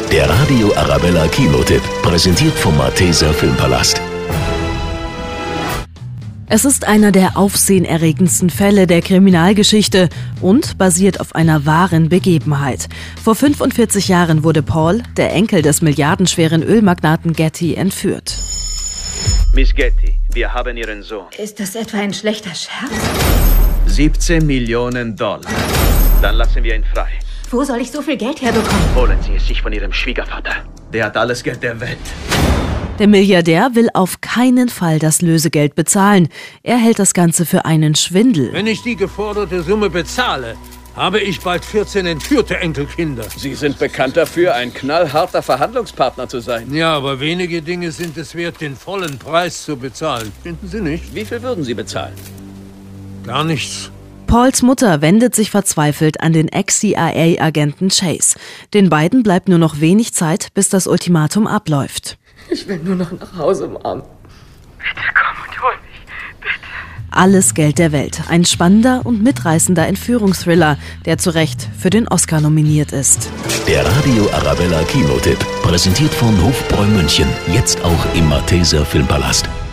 Der Radio Arabella Kinotipp, präsentiert vom Malteser Filmpalast. Es ist einer der aufsehenerregendsten Fälle der Kriminalgeschichte und basiert auf einer wahren Begebenheit. Vor 45 Jahren wurde Paul, der Enkel des milliardenschweren Ölmagnaten Getty, entführt. Miss Getty, wir haben Ihren Sohn. Ist das etwa ein schlechter Scherz? 17 Millionen $. Dann lassen wir ihn frei. Wo soll ich so viel Geld herbekommen? Holen Sie es sich von Ihrem Schwiegervater. Der hat alles Geld der Welt. Der Milliardär will auf keinen Fall das Lösegeld bezahlen. Er hält das Ganze für einen Schwindel. Wenn ich die geforderte Summe bezahle, habe ich bald 14 entführte Enkelkinder. Sie sind bekannt dafür, ein knallharter Verhandlungspartner zu sein. Ja, aber wenige Dinge sind es wert, den vollen Preis zu bezahlen. Finden Sie nicht? Wie viel würden Sie bezahlen? Gar nichts. Pauls Mutter wendet sich verzweifelt an den Ex-CIA-Agenten Chase. Den beiden bleibt nur noch wenig Zeit, bis das Ultimatum abläuft. Ich will nur noch nach Hause, Mom. Bitte komm und hol mich, bitte. Alles Geld der Welt. Ein spannender und mitreißender Entführungsthriller, der zu Recht für den Oscar nominiert ist. Der Radio Arabella Kinotipp, präsentiert von Hofbräu München, jetzt auch im Malteser Filmpalast.